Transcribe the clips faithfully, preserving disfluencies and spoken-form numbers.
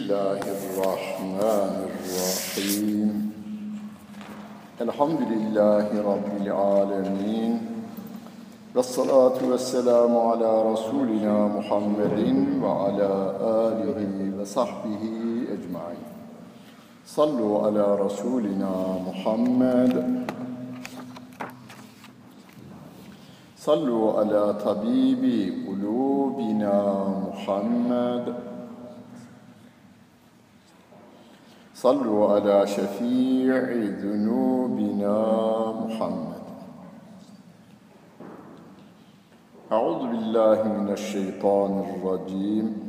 Bismillahirrahmanirrahim. Elhamdülillahi Rabbil alemin. Vessalatu vesselamu ala Resulina Muhammedin ve ala alihi ve sahbihi ecmain. Sallu ala Resulina Muhammed. Sallu ala tabibi kulubina Muhammed. Sallu ala şefii zunubina Muhammed. Euzu billahi mineşşeytanirracim.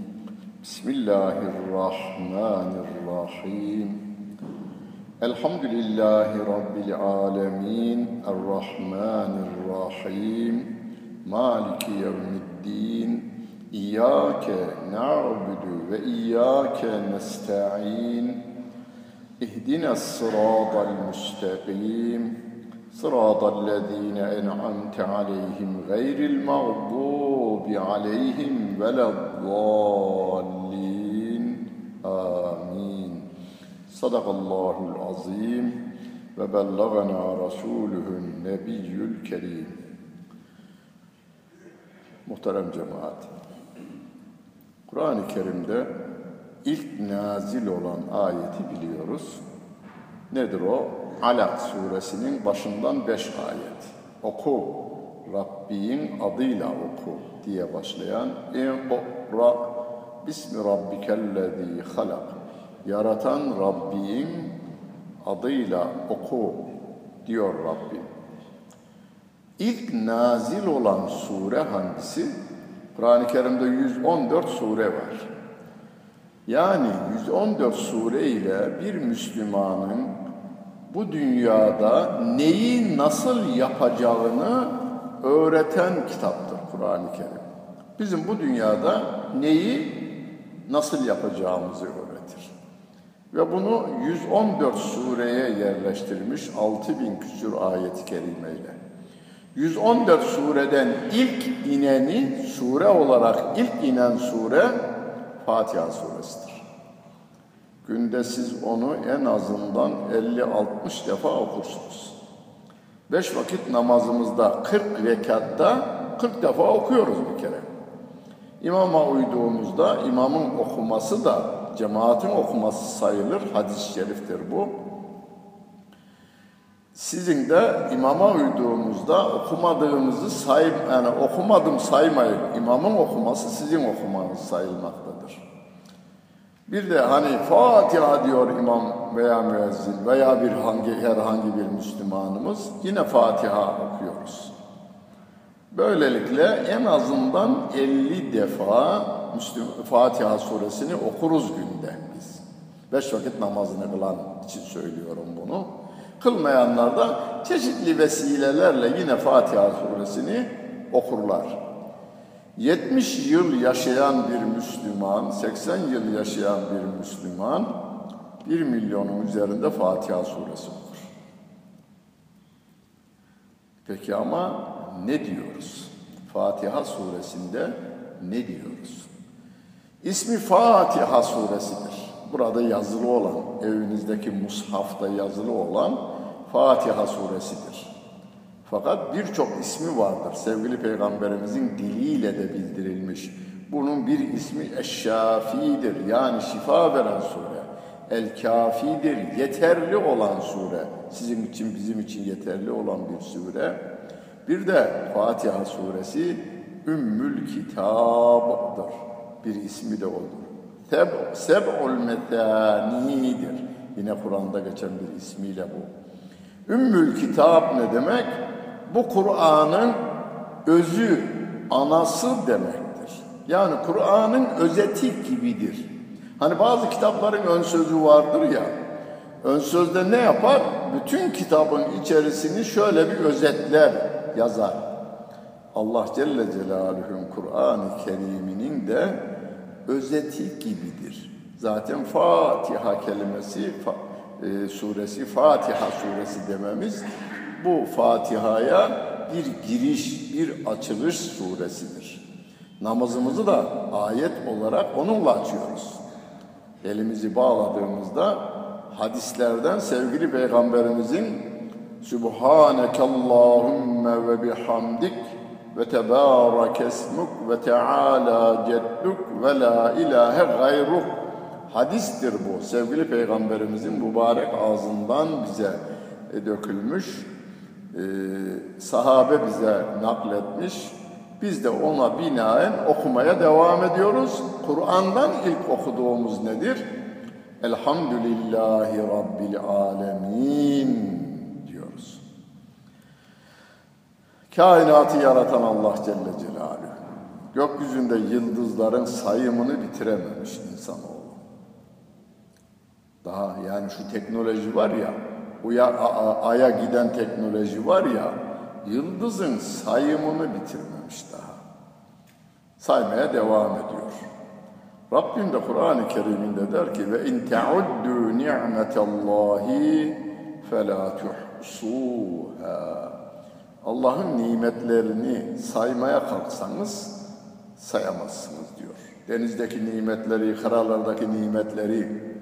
Bismillahirrahmanirrahim. Elhamdülillahi Rabbil alemin. Errahmanirrahim. Maliki yevmiddin. İyyâke na'budu ve iyyâke nesta'in. İhdina s-sırâtal müstakîm. Sırâtallezîne en'amte aleyhim gayril mağdûbi aleyhim veleddâllîn. Amin. Sadakallahul azim ve bellagana rasûlühün nebiyyül kerim. Muhterem cemaat, Kur'an-ı Kerim'de ilk nazil olan ayeti biliyoruz. Nedir o? Alak suresinin başından beş ayet. Oku, Rabbin adıyla oku diye başlayan İqra bismi rabbikellezî halak. Yaratan Rabbin adıyla oku diyor Rabbim. İlk nazil olan sure hangisi? Kur'an-ı Kerim'de yüz on dört sure var. Yani yüz on dört sure ile bir Müslümanın bu dünyada neyi nasıl yapacağını öğreten kitaptır Kur'an-ı Kerim. Bizim bu dünyada neyi nasıl yapacağımızı öğretir. Ve bunu yüz on dört sureye yerleştirmiş altı bin küsur ayet-i kerimeyle. yüz on dört sureden ilk ineni, sure olarak ilk inen sure Fatiha suresidir. Günde siz onu en azından elli altmış defa okursunuz. Beş vakit namazımızda kırk rekatta kırk defa okuyoruz bir kere. İmama uyduğumuzda imamın okuması da cemaatin okuması sayılır. Hadis-i şeriftir bu. Sizin de imama uyduğumuzda okumadığınızı say, yani okumadım saymayın. İmamın okuması sizin okumanız sayılmaktadır. Bir de hani Fatiha diyor imam veya müezzin veya bir hangi herhangi bir Müslümanımız, yine Fatiha okuyoruz. Böylelikle en azından elli defa Müslüm, Fatiha suresini okuruz günde biz. Beş vakit namazını kılan için söylüyorum bunu. Kılmayanlar da çeşitli vesilelerle yine Fatiha suresini okurlar. yetmiş yıl yaşayan bir Müslüman, seksen yıl yaşayan bir Müslüman, bir milyonun üzerinde Fatiha suresi okur. Peki ama ne diyoruz? Fatiha suresinde ne diyoruz? İsmi Fatiha suresidir. Burada yazılı olan, evinizdeki mushafta yazılı olan Fatiha suresidir. Fakat birçok ismi vardır. Sevgili Peygamberimizin diliyle de bildirilmiş. Bunun bir ismi Eş-Şafi'dir. Yani şifa veren sure. El-Kafi'dir. Yeterli olan sure. Sizin için, bizim için yeterli olan bir sure. Bir de Fatiha suresi Ümmül Kitab'dır. Bir ismi de odur. Seb'ul Metani'dir. Yine Kur'an'da geçen bir ismiyle bu. Ümmül Kitap ne demek? Bu Kur'an'ın özü, anası demektir. Yani Kur'an'ın özeti gibidir. Hani bazı kitapların ön sözü vardır ya, ön sözde ne yapar? Bütün kitabın içerisini şöyle bir özetler, yazar. Allah Celle Celaluhu'nun Kur'an-ı Kerim'inin de özeti gibidir. Zaten Fatiha kelimesi, e, suresi, Fatiha suresi dememiz, bu Fatiha'ya bir giriş, bir açılış suresidir. Namazımızı da ayet olarak onunla açıyoruz. Elimizi bağladığımızda hadislerden sevgili Peygamberimizin Subhanekallahümme ve bihamdik ve tebârek esmuk ve teâlâ cedduk ve la ilahe gayruk hadistir bu. Sevgili Peygamberimizin mübarek ağzından bize dökülmüş, e, sahabe bize nakletmiş. Biz de ona binaen okumaya devam ediyoruz. Kur'an'dan ilk okuduğumuz nedir? Elhamdülillahi Rabbil alemin diyoruz. Kainatı yaratan Allah Celle Celaluhu, gökyüzünde yıldızların sayımını bitirememiş insanoğlu. Daha yani şu teknoloji var ya, Uya, Ay'a giden teknoloji var ya, yıldızın sayımını bitirmemiş daha. Saymaya devam ediyor. Rabbim de Kur'an-ı Kerim'inde der ki ve in te'uddu ni'metallahi fela tuhsuha. Allah'ın nimetlerini saymaya kalksanız sayamazsınız diyor. Denizdeki nimetleri, karalardaki nimetleri,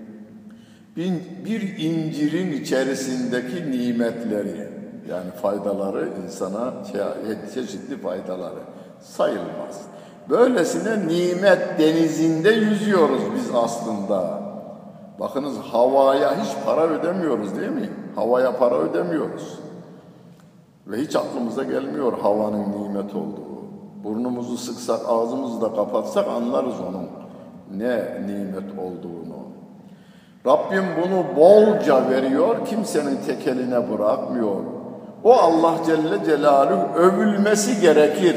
bir incirin içerisindeki nimetleri, yani faydaları insana çeşitli faydaları sayılmaz. Böylesine nimet denizinde yüzüyoruz biz aslında. Bakınız havaya hiç para ödemiyoruz değil mi? Havaya para ödemiyoruz. Ve hiç aklımıza gelmiyor havanın nimet olduğu. Burnumuzu sıksak, ağzımızı da kapatsak anlarız onun ne nimet olduğunu. Rabbim bunu bolca veriyor, kimsenin tekeline bırakmıyor. O Allah Celle Celaluhu övülmesi gerekir.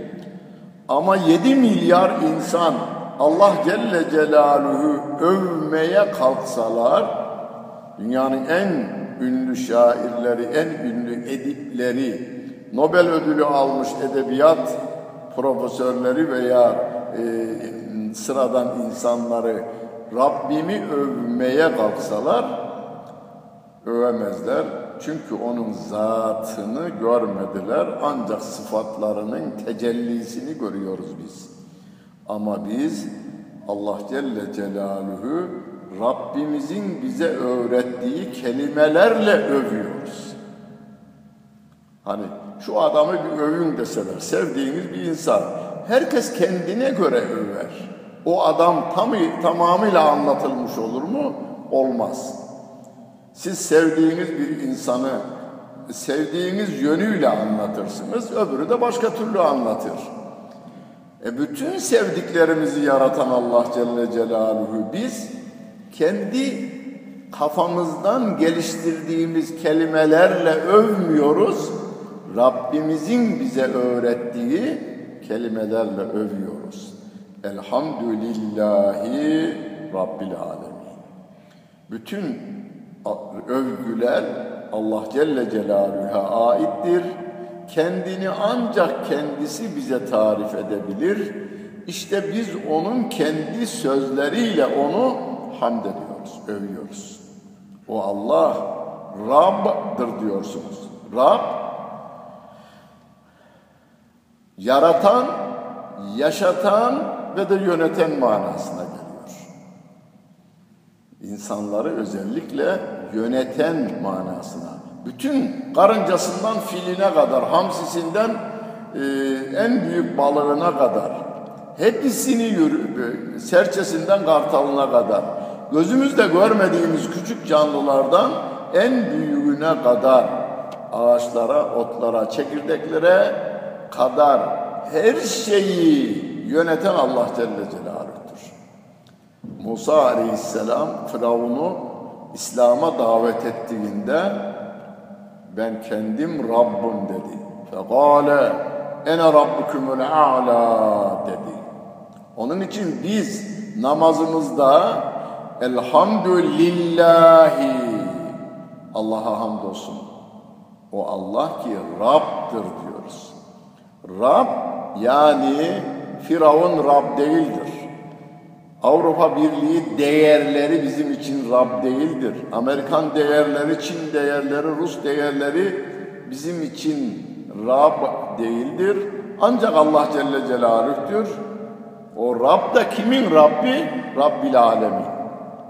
Ama yedi milyar insan Allah Celle Celaluhu övmeye kalksalar, dünyanın en ünlü şairleri, en ünlü edipleri, Nobel ödülü almış edebiyat profesörleri veya e, sıradan insanları Rabbimi övmeye kalksalar övemezler. Çünkü onun zatını görmediler. Ancak sıfatlarının tecellisini görüyoruz biz. Ama biz Allah Celle Celaluhu Rabbimizin bize öğrettiği kelimelerle övüyoruz. Hani şu adamı bir övün deseler, sevdiğiniz bir insan, herkes kendine göre över. O adam tam, tamamıyla anlatılmış olur mu? Olmaz. Siz sevdiğiniz bir insanı sevdiğiniz yönüyle anlatırsınız, öbürü de başka türlü anlatır. E bütün sevdiklerimizi yaratan Allah Celle Celaluhu biz kendi kafamızdan geliştirdiğimiz kelimelerle övmüyoruz. Rabbimizin bize öğrettiği kelimelerle övüyoruz. Elhamdülillahi Rabbil alemin. Bütün övgüler Allah Celle Celaluhu'ya aittir. Kendini ancak kendisi bize tarif edebilir. İşte biz onun kendi sözleriyle onu hamd ediyoruz, övüyoruz. O Allah Rab'dır diyorsunuz. Rab, yaratan, yaşatan ve de yöneten manasına geliyor. İnsanları özellikle yöneten manasına. Bütün karıncasından filine kadar, hamsisinden e, en büyük balığına kadar, hepsini yürü, serçesinden kartalına kadar, gözümüzde görmediğimiz küçük canlılardan en büyüğüne kadar, ağaçlara, otlara, çekirdeklere kadar her şeyi yöneten Allah Celle Celaluhu'dur. Musa Aleyhisselam Firavun'u İslam'a davet ettiğinde ben kendim Rabbim dedi. Fekale ene rabbukumul a'la dedi. Onun için biz namazımızda elhamdülillahi Allah'a hamdolsun. O Allah ki Rab'dır diyoruz. Rab yani Firavun Rab değildir. Avrupa Birliği değerleri bizim için Rab değildir. Amerikan değerleri, Çin değerleri, Rus değerleri bizim için Rab değildir. Ancak Allah Celle Celaluhu'dur. O Rab da kimin Rabbi? Rabbil Alemin.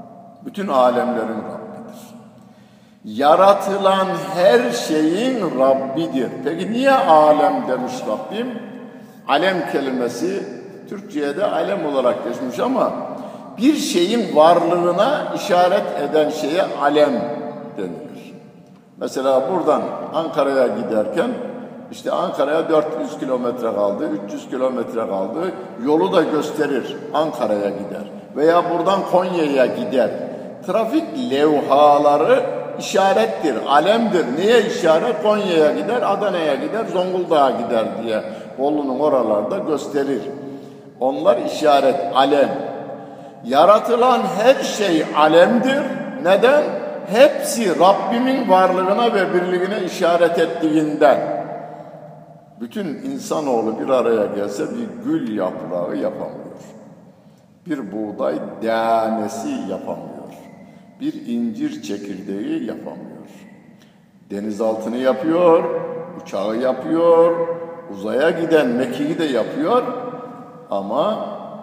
Bütün alemlerin Rabbidir. Yaratılan her şeyin Rabbidir. Peki niye alem demiş Rabbim? Alem kelimesi Türkçe'ye de alem olarak geçmiş ama bir şeyin varlığına işaret eden şeye alem denilir. Mesela buradan Ankara'ya giderken işte Ankara'ya dört yüz kilometre kaldı, üç yüz kilometre kaldı. Yolu da gösterir. Ankara'ya gider. Veya buradan Konya'ya gider. Trafik levhaları işarettir, alemdir. Niye işaret? Konya'ya gider, Adana'ya gider, Zonguldak'a gider diye Bolu'nun oralarda gösterir. Onlar işaret, alem. Yaratılan her şey alemdir. Neden? Hepsi Rabbimin varlığına ve birliğine işaret ettiğinden. Bütün insanoğlu bir araya gelse bir gül yaprağı yapamıyor. Bir buğday tanesi yapamıyor. Bir incir çekirdeği yapamıyor. Denizaltını yapıyor, uçağı yapıyor, uzaya giden mekiği de yapıyor ama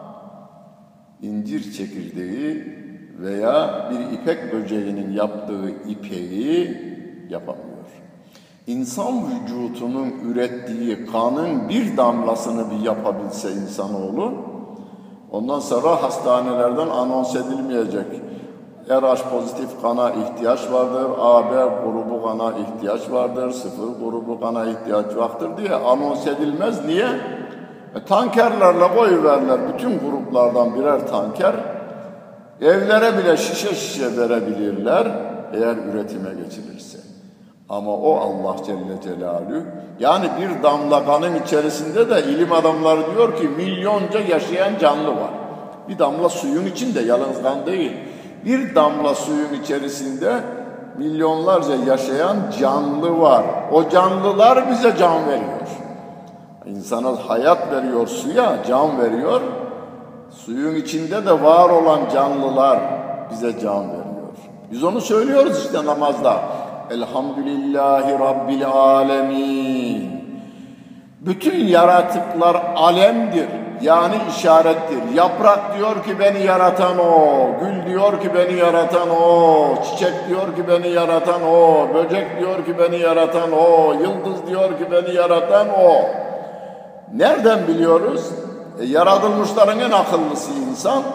incir çekirdeği veya bir ipek böceğinin yaptığı ipeği yapamıyor. İnsan vücutunun ürettiği kanın bir damlasını bir yapabilse insanoğlu, ondan sonra hastanelerden anons edilmeyecek. R H pozitif kana ihtiyaç vardır, A B grubu kana ihtiyaç vardır, sıfır grubu kana ihtiyaç vardır diye anons edilmez. Niye? E, tankerlerle koyuverler bütün gruplardan birer tanker. Evlere bile şişe şişe verebilirler eğer üretime geçilirse. Ama o Allah Celle Celaluhu, yani bir damla kanın içerisinde de ilim adamları diyor ki milyonca yaşayan canlı var. Bir damla suyun içinde, yalnız kan değil. Bir damla suyun içerisinde milyonlarca yaşayan canlı var. O canlılar bize can veriyor. İnsana hayat veriyor, suya can veriyor. Suyun içinde de var olan canlılar bize can veriyor. Biz onu söylüyoruz işte namazda. Elhamdülillahi Rabbil alemin. Bütün yaratıklar alemdir. Yani işarettir. Yaprak diyor ki beni yaratan o. Gül diyor ki beni yaratan o. Çiçek diyor ki beni yaratan o. Böcek diyor ki beni yaratan o. Yıldız diyor ki beni yaratan o. Nereden biliyoruz? E, yaratılmışların en akıllısı insan.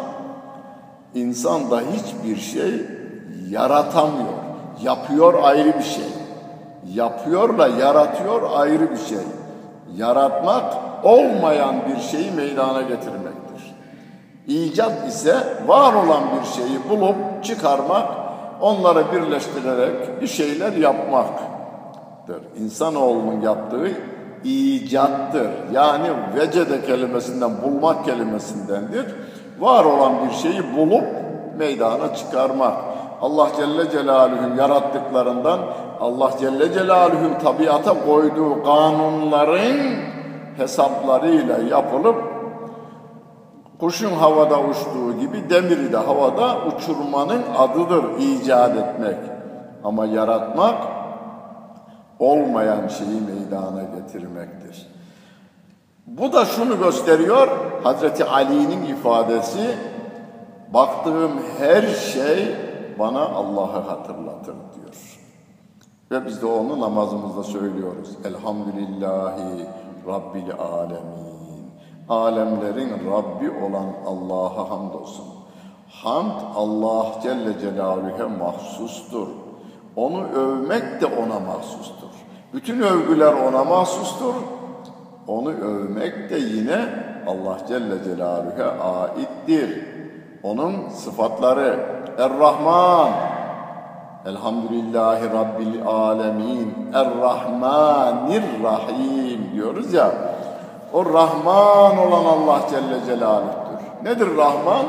İnsan da hiçbir şey yaratamıyor. Yapıyor ayrı bir şey. Yapıyorla yaratıyor ayrı bir şey. Yaratmak olmayan bir şeyi meydana getirmektir. İcat ise var olan bir şeyi bulup çıkarmak, onları birleştirerek bir şeyler yapmaktır. İnsanoğlunun yaptığı icattır. Yani vecede kelimesinden, bulmak kelimesindendir. Var olan bir şeyi bulup meydana çıkarmak. Allah Celle Celaluhu'nun yarattıklarından, Allah Celle Celaluhu'nun tabiata koyduğu kanunların hesaplarıyla yapılıp kuşun havada uçtuğu gibi demiri de havada uçurmanın adıdır icat etmek. Ama yaratmak olmayan şeyi meydana getirmektir. Bu da şunu gösteriyor, Hazreti Ali'nin ifadesi, baktığım her şey bana Allah'ı hatırlatır diyor. Ve biz de onu namazımızda söylüyoruz. Elhamdülillahi Rabbil alemin. Alemlerin Rabbi olan Allah'a hamdolsun. Hamd Allah Celle Celaluhu'ya mahsustur. Onu övmek de ona mahsustur. Bütün övgüler ona mahsustur. Onu övmek de yine Allah Celle Celaluhu'ya aittir. Onun sıfatları Er-Rahman, Elhamdülillahi Rabbil alemin, Er-Rahmanir-Rahim diyoruz ya. O Rahman olan Allah Celle Celaluhu'dur. Nedir Rahman?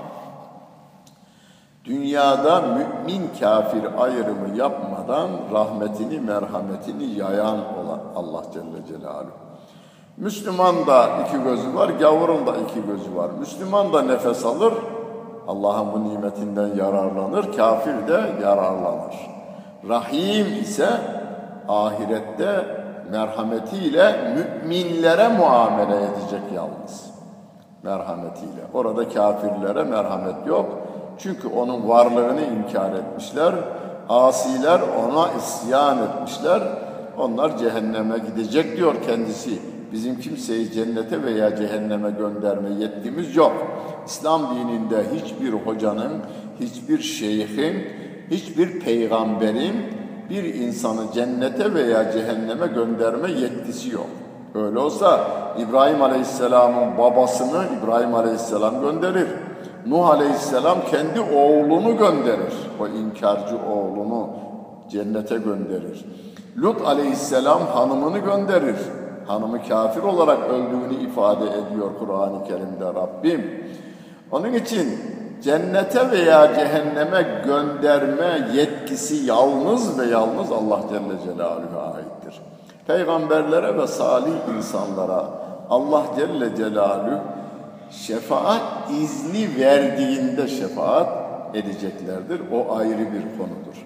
Dünyada mümin kafir ayrımı yapmadan rahmetini, merhametini yayan olan Allah Celle Celaluhu. Müslüman da iki gözü var, gavurun da iki gözü var. Müslüman da nefes alır, Allah'ın bu nimetinden yararlanır, kafir de yararlanır. Rahim ise ahirette merhametiyle müminlere muamele edecek yalnız. Merhametiyle. Orada kafirlere merhamet yok. Çünkü onun varlığını inkar etmişler. Asiler ona isyan etmişler. Onlar cehenneme gidecek diyor kendisi. Bizim kimseyi cennete veya cehenneme gönderme yetkimiz yok. İslam dininde hiçbir hocanın, hiçbir şeyhin, hiçbir peygamberin bir insanı cennete veya cehenneme gönderme yetkisi yok. Öyle olsa İbrahim Aleyhisselam'ın babasını İbrahim Aleyhisselam gönderir. Nuh Aleyhisselam kendi oğlunu gönderir. O inkarcı oğlunu cennete gönderir. Lut Aleyhisselam hanımını gönderir. Hanımı kafir olarak öldüğünü ifade ediyor Kur'an-ı Kerim'de Rabbim. Onun için cennete veya cehenneme gönderme yetkisi yalnız ve yalnız Allah Celle Celaluhu'ya aittir. Peygamberlere ve salih insanlara Allah Celle Celaluhu şefaat izni verdiğinde şefaat edeceklerdir. O ayrı bir konudur.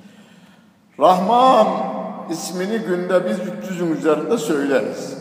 Rahman ismini günde biz üç yüzün üzerinde söyleriz.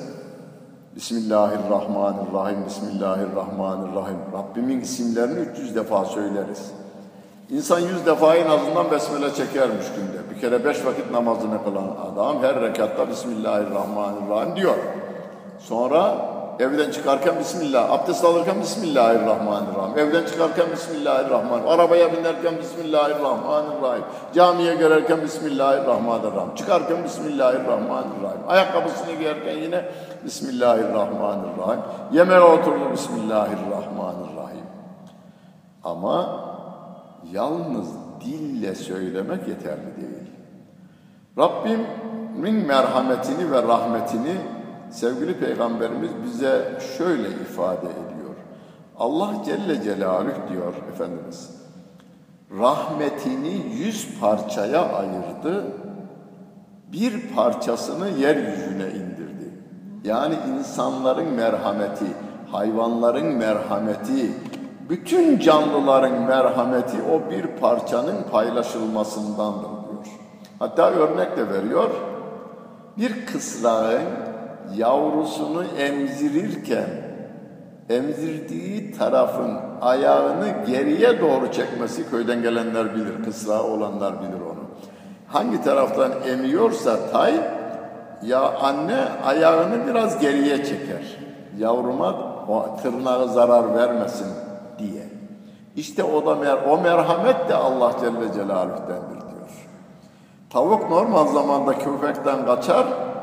Bismillahirrahmanirrahim, Bismillahirrahmanirrahim. Rabbimin isimlerini üç yüz defa söyleriz. İnsan yüz defa en azından besmele çekermiş günde. Bir kere beş vakit namazını kılan adam her rekatta Bismillahirrahmanirrahim diyor. Sonra evden çıkarken Bismillah, abdest alırken Bismillahirrahmanirrahim, evden çıkarken Bismillahirrahmanirrahim, arabaya binerken Bismillahirrahmanirrahim, camiye girerken Bismillahirrahmanirrahim, çıkarken Bismillahirrahmanirrahim, ayakkabısını giyerken yine Bismillahirrahmanirrahim, yemeğe oturdu Bismillahirrahmanirrahim. Ama yalnız dille söylemek yeterli değil. Rabbimin merhametini ve rahmetini sevgili Peygamberimiz bize şöyle ifade ediyor. Allah Celle Celaluhu diyor Efendimiz, rahmetini yüz parçaya ayırdı, bir parçasını yeryüzüne indirdi. Yani insanların merhameti, hayvanların merhameti, bütün canlıların merhameti o bir parçanın paylaşılmasındandır diyor. Hatta örnek de veriyor. Bir kısrağın yavrusunu emzirirken emzirdiği tarafın ayağını geriye doğru çekmesi, köyden gelenler bilir, kısrağı olanlar bilir onu. Hangi taraftan emiyorsa tay, ya anne ayağını biraz geriye çeker. Yavruma o tırnağı zarar vermesin diye. İşte o da mer o merhamet de Allah Celle Celaluhu'dendir diyor. Tavuk normal zamanda köpekten kaçar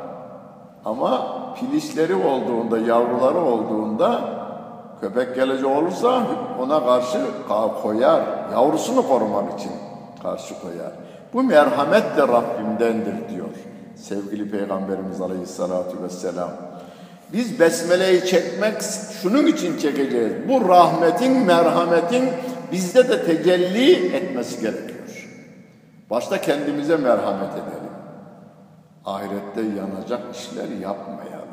ama pilişleri olduğunda, yavruları olduğunda köpek gelecek olursa ona karşı koyar. Yavrusunu korumak için karşı koyar. Bu merhamet de Rabbimdendir diyor sevgili Peygamberimiz Aleyhisselatü Vesselam. Biz besmeleyi çekmek şunun için çekeceğiz. Bu rahmetin, merhametin bizde de tecelli etmesi gerekiyor. Başta kendimize merhamet edelim. Ahirette yanacak işler yapmayalım.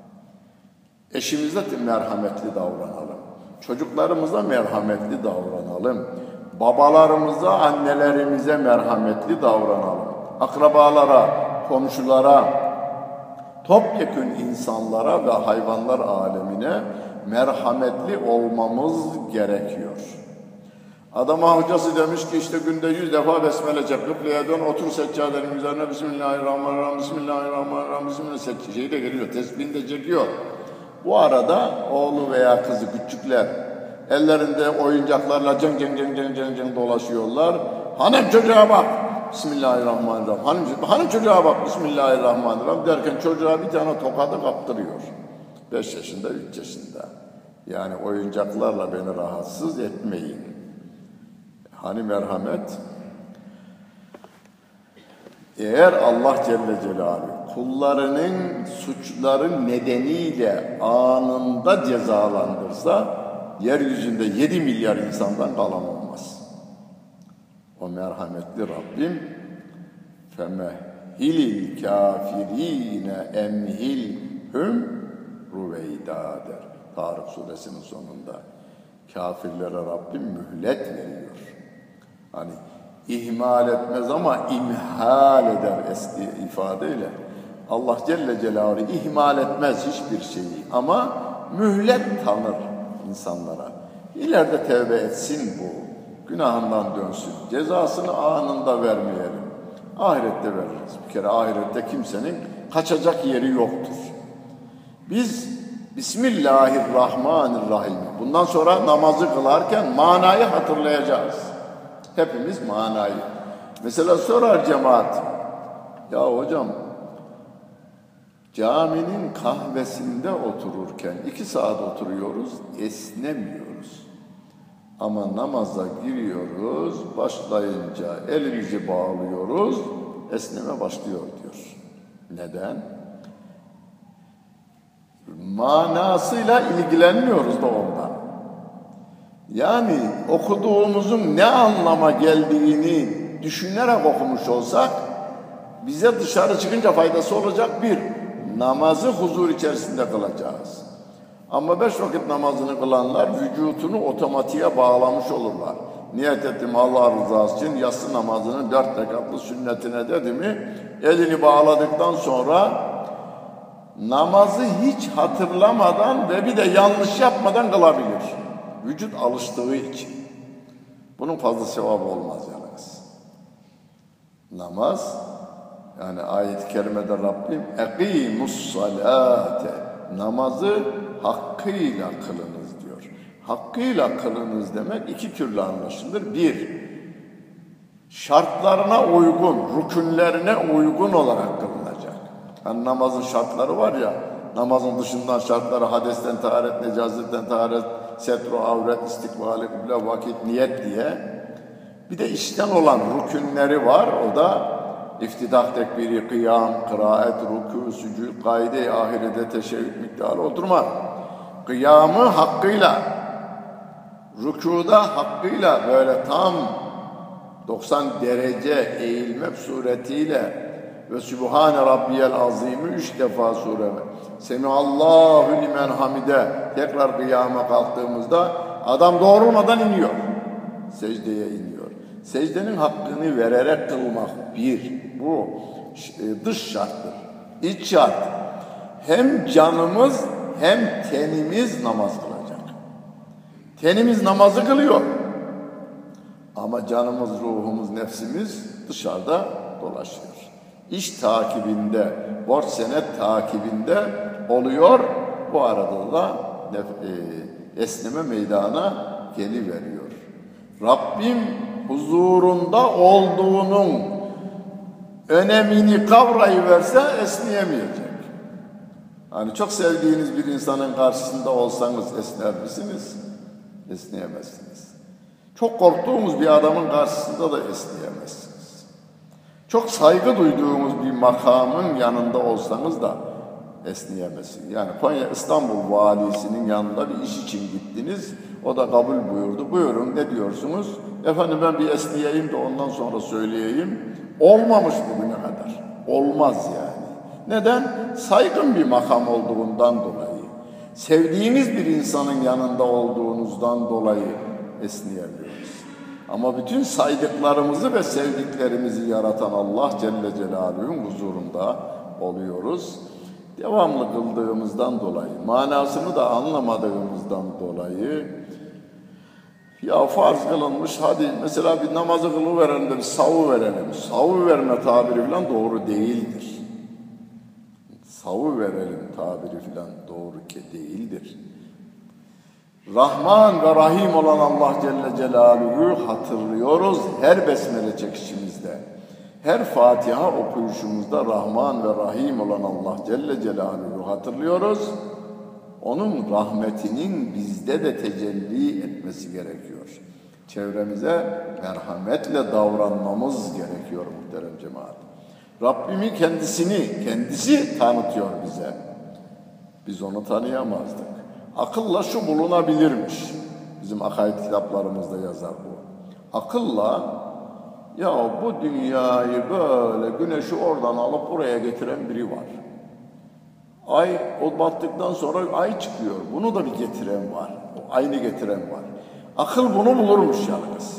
Eşimize de merhametli davranalım. Çocuklarımıza merhametli davranalım. Babalarımıza, annelerimize merhametli davranalım. Akrabalara, komşulara, topyekün insanlara ve hayvanlar alemine merhametli olmamız gerekiyor. Adama hocası demiş ki işte günde yüz defa besmele çek, kıbleye dön, otur seccadenin üzerine Bismillahirrahmanirrahim, Bismillahirrahmanirrahim, Bismillahirrahmanirrahim, şeyi de geliyor, tesbihini de çekiyor. Bu arada oğlu veya kızı küçükler ellerinde oyuncaklarla cın cın cın cın cın cın dolaşıyorlar. Hanım çocuğa bak, Bismillahirrahmanirrahim, hanım, hanım çocuğa bak, Bismillahirrahmanirrahim derken çocuğa bir tane tokadı kaptırıyor. Beş yaşında, üç yaşında. Yani oyuncaklarla beni rahatsız etmeyin. Hani merhamet? Eğer Allah Celle Celaluhu kullarının suçları nedeniyle anında cezalandırsa yeryüzünde yedi milyar insandan kalan olmaz. O merhametli Rabbim فَمَهِّلِ الْكَافِر۪ينَ اَمْهِلْهُمْ رُوَيْدâ der. Tarık suresinin sonunda. Kafirlere Rabbim mühlet veriyor. Hani ihmal etmez ama imhal eder eski ifadeyle. Allah Celle Celaluhu ihmal etmez hiçbir şeyi ama mühlet tanır insanlara. İleride tevbe etsin bu. günahından dönsün. Cezasını anında vermeyelim. Ahirette veririz. Bir kere ahirette kimsenin kaçacak yeri yoktur. Biz Bismillahirrahmanirrahim. Bundan sonra namazı kılarken manayı hatırlayacağız. Hepimiz manayı. Mesela sorar cemaat, ya hocam caminin kahvesinde otururken iki saat oturuyoruz, esnemiyoruz. Ama namaza giriyoruz, başlayınca elimizi bağlıyoruz, esneme başlıyor diyor. Neden? Manasıyla ilgilenmiyoruz da ondan. Yani okuduğumuzun ne anlama geldiğini düşünerek okumuş olsak, bize dışarı çıkınca faydası olacak bir, namazı huzur içerisinde kılacağız. Ama beş vakit namazını kılanlar vücutunu otomatiğe bağlamış olurlar. Niyet ettim Allah rızası için yatsı namazının dört rekatlı sünnetine dedi mi, elini bağladıktan sonra namazı hiç hatırlamadan ve bir de yanlış yapmadan kılabilir. Vücut alıştığı için. Bunun fazla sevabı olmaz yalnız. Namaz, yani ayet-i kerimede Rabbim eqimus salate, namazı hakkıyla kılınız diyor. Hakkıyla kılınız demek iki türlü anlaşılır. Bir, şartlarına uygun, rükünlerine uygun olarak kılınacak. Hani namazın şartları var ya, namazın dışından şartları hadesten taharet, necazetten taharet, setru avret, istikbali kıble, vakit, niyet diye. Bir de işten olan rükünleri var. O da iftidah tekbiri, kıyam, kıraat, rükû, sücud, kaide-i ahirede teşebbüt miktarı oturma. Kıyamı hakkıyla, rükûda hakkıyla böyle tam doksan derece eğilmek suretiyle ve Sübhane Rabbiyel Azim'i üç defa sureme. Semihallahu limen hamide. Tekrar kıyama kalktığımızda adam doğrulmadan iniyor. Secdeye iniyor. Secdenin hakkını vererek kılmak bir. Bu dış şarttır. İç şart. Hem canımız hem tenimiz namaz kılacak. Tenimiz namazı kılıyor. Ama canımız, ruhumuz, nefsimiz dışarıda dolaşıyor. İş takibinde, borç senet takibinde oluyor. Bu arada da e, esneme meydana geliveriyor. Rabbim huzurunda olduğunun önemini kavrayıverse esneyemeyecek. Hani çok sevdiğiniz bir insanın karşısında olsanız esner misiniz? Esneyemezsiniz. Çok korktuğumuz bir adamın karşısında da esneyemezsiniz. Çok saygı duyduğumuz bir makamın yanında olsanız da esneyemezsiniz. Yani Konya İstanbul Valisi'nin yanında bir iş için gittiniz. O da kabul buyurdu. Buyurun ne diyorsunuz? Efendim ben bir esneyeyim de ondan sonra söyleyeyim. Olmamış bugüne kadar. Olmaz yani. Neden? Saygın bir makam olduğundan dolayı. Sevdiğiniz bir insanın yanında olduğunuzdan dolayı esneyemiyoruz. Ama bütün saydıklarımızı ve sevdiklerimizi yaratan Allah Celle Celaluhu'nun huzurunda oluyoruz. Devamlı kıldığımızdan dolayı, manasını da anlamadığımızdan dolayı, ya farz kılınmış, hadi mesela bir namazı kılıveren de bir savu verelim. Savu verme tabiri falan doğru değildir. Savu verelim tabiri falan doğru ki değildir. Rahman ve Rahim olan Allah Celle Celaluhu'yu hatırlıyoruz her besmele çekişimizde. Her Fatiha okuyuşumuzda Rahman ve Rahim olan Allah Celle Celaluhu'yu hatırlıyoruz. Onun rahmetinin bizde de tecelli etmesi gerekiyor. Çevremize merhametle davranmamız gerekiyor muhterem cemaat. Rabbimi kendisini, kendisi tanıtıyor bize. Biz onu tanıyamazdık. Akılla şu bulunabilirmiş. Bizim akaid kitaplarımızda yazar bu. Akılla ya bu dünyayı böyle güneşi oradan alıp buraya getiren biri var. Ay o battıktan sonra ay çıkıyor. Bunu da bir getiren var. O aynı getiren var. Akıl bunu bulurmuş yalnız.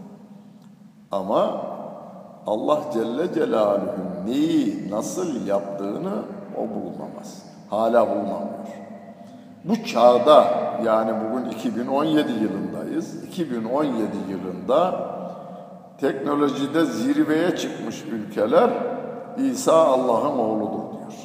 Ama Allah Celle Celaluhu'nun neyi nasıl yaptığını o bulunamaz. Hala bulunamıyor. bu çağda, yani bugün iki bin on yedi yılındayız. iki bin on yedi yılında teknolojide zirveye çıkmış ülkeler İsa Allah'ın oğludur diyor.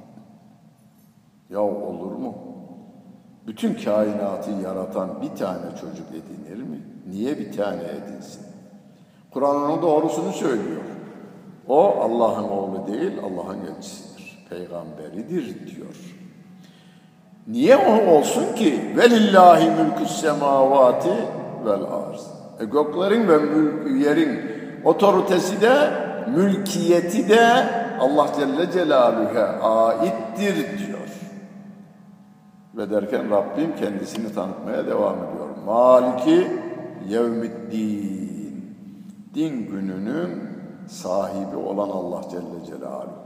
Ya olur mu? Bütün kainatı yaratan bir tane çocuk edinir mi? Niye bir tane edinsin? Kur'an onun doğrusunu söylüyor. O Allah'ın oğlu değil, Allah'ın elçisidir, peygamberidir diyor. Niye o olsun ki? Velillahi mülkü's semavati vel arz. E göklerin ve mülk, yerin otoritesi de, mülkiyeti de Allah Celle Celaluhu'ya aittir diyor. Ve derken Rabbim kendisini tanıtmaya devam ediyor. Maliki yevmiddin. Din gününün sahibi olan Allah Celle Celaluhu.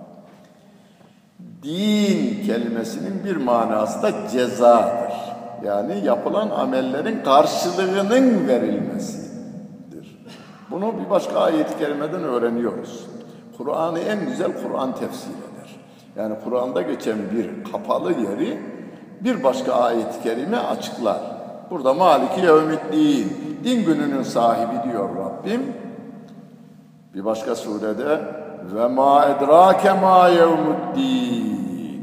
Din kelimesinin bir manası da cezadır. Yani yapılan amellerin karşılığının verilmesidir. Bunu bir başka ayet-i kerimeden öğreniyoruz. Kur'an'ı en güzel Kur'an tefsir eder. Yani Kur'an'da geçen bir kapalı yeri bir başka ayet-i kerime açıklar. Burada Maliki Yevmiddin, din gününün sahibi diyor Rabbim. Bir başka surede ve ma edrake ma yevmuddin.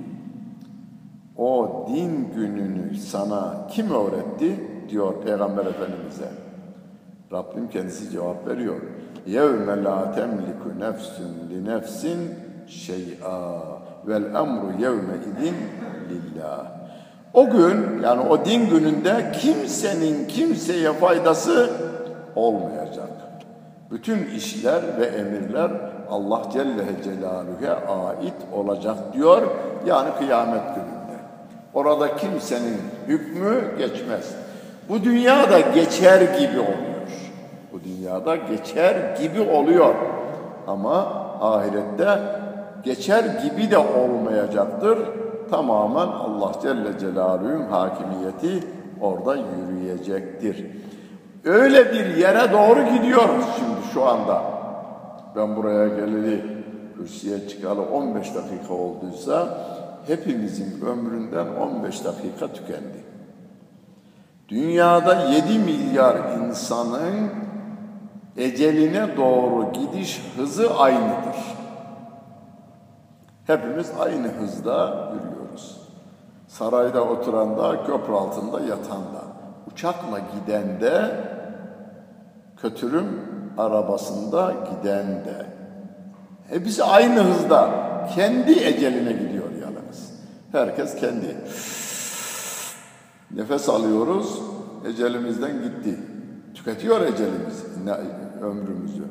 O din gününü sana kim öğretti diyor Peygamber Efendimiz'e. Rabbim kendisi cevap veriyor. Yevme la temliku nefsun li nefsin şey'a vel emru yevme idin lillah. O gün, yani o din gününde kimsenin kimseye faydası olmayacak. Bütün işler ve emirler Allah Celle Celaluhu'ya ait olacak diyor. Yani kıyamet gününde. Orada kimsenin hükmü geçmez. Bu dünyada geçer gibi oluyor. Bu dünyada geçer gibi oluyor. Ama ahirette geçer gibi de olmayacaktır. Tamamen Allah Celle Celaluhu'nun hakimiyeti orada yürüyecektir. Öyle bir yere doğru gidiyoruz şimdi şu anda. Ben buraya geleli, kürsüye çıkalı on beş dakika olduysa hepimizin ömründen on beş dakika tükendi. Dünyada yedi milyar insanın eceline doğru gidiş hızı aynıdır. Hepimiz aynı hızda yürüyoruz. Sarayda oturan da, köprü altında yatan da, uçakla giden de, kötürüm arabasında giden de. Hepsi aynı hızda, kendi eceline gidiyor yalnız. Herkes kendi. Nefes alıyoruz, ecelimizden gitti. Tüketiyor ecelimiz, ömrümüzü.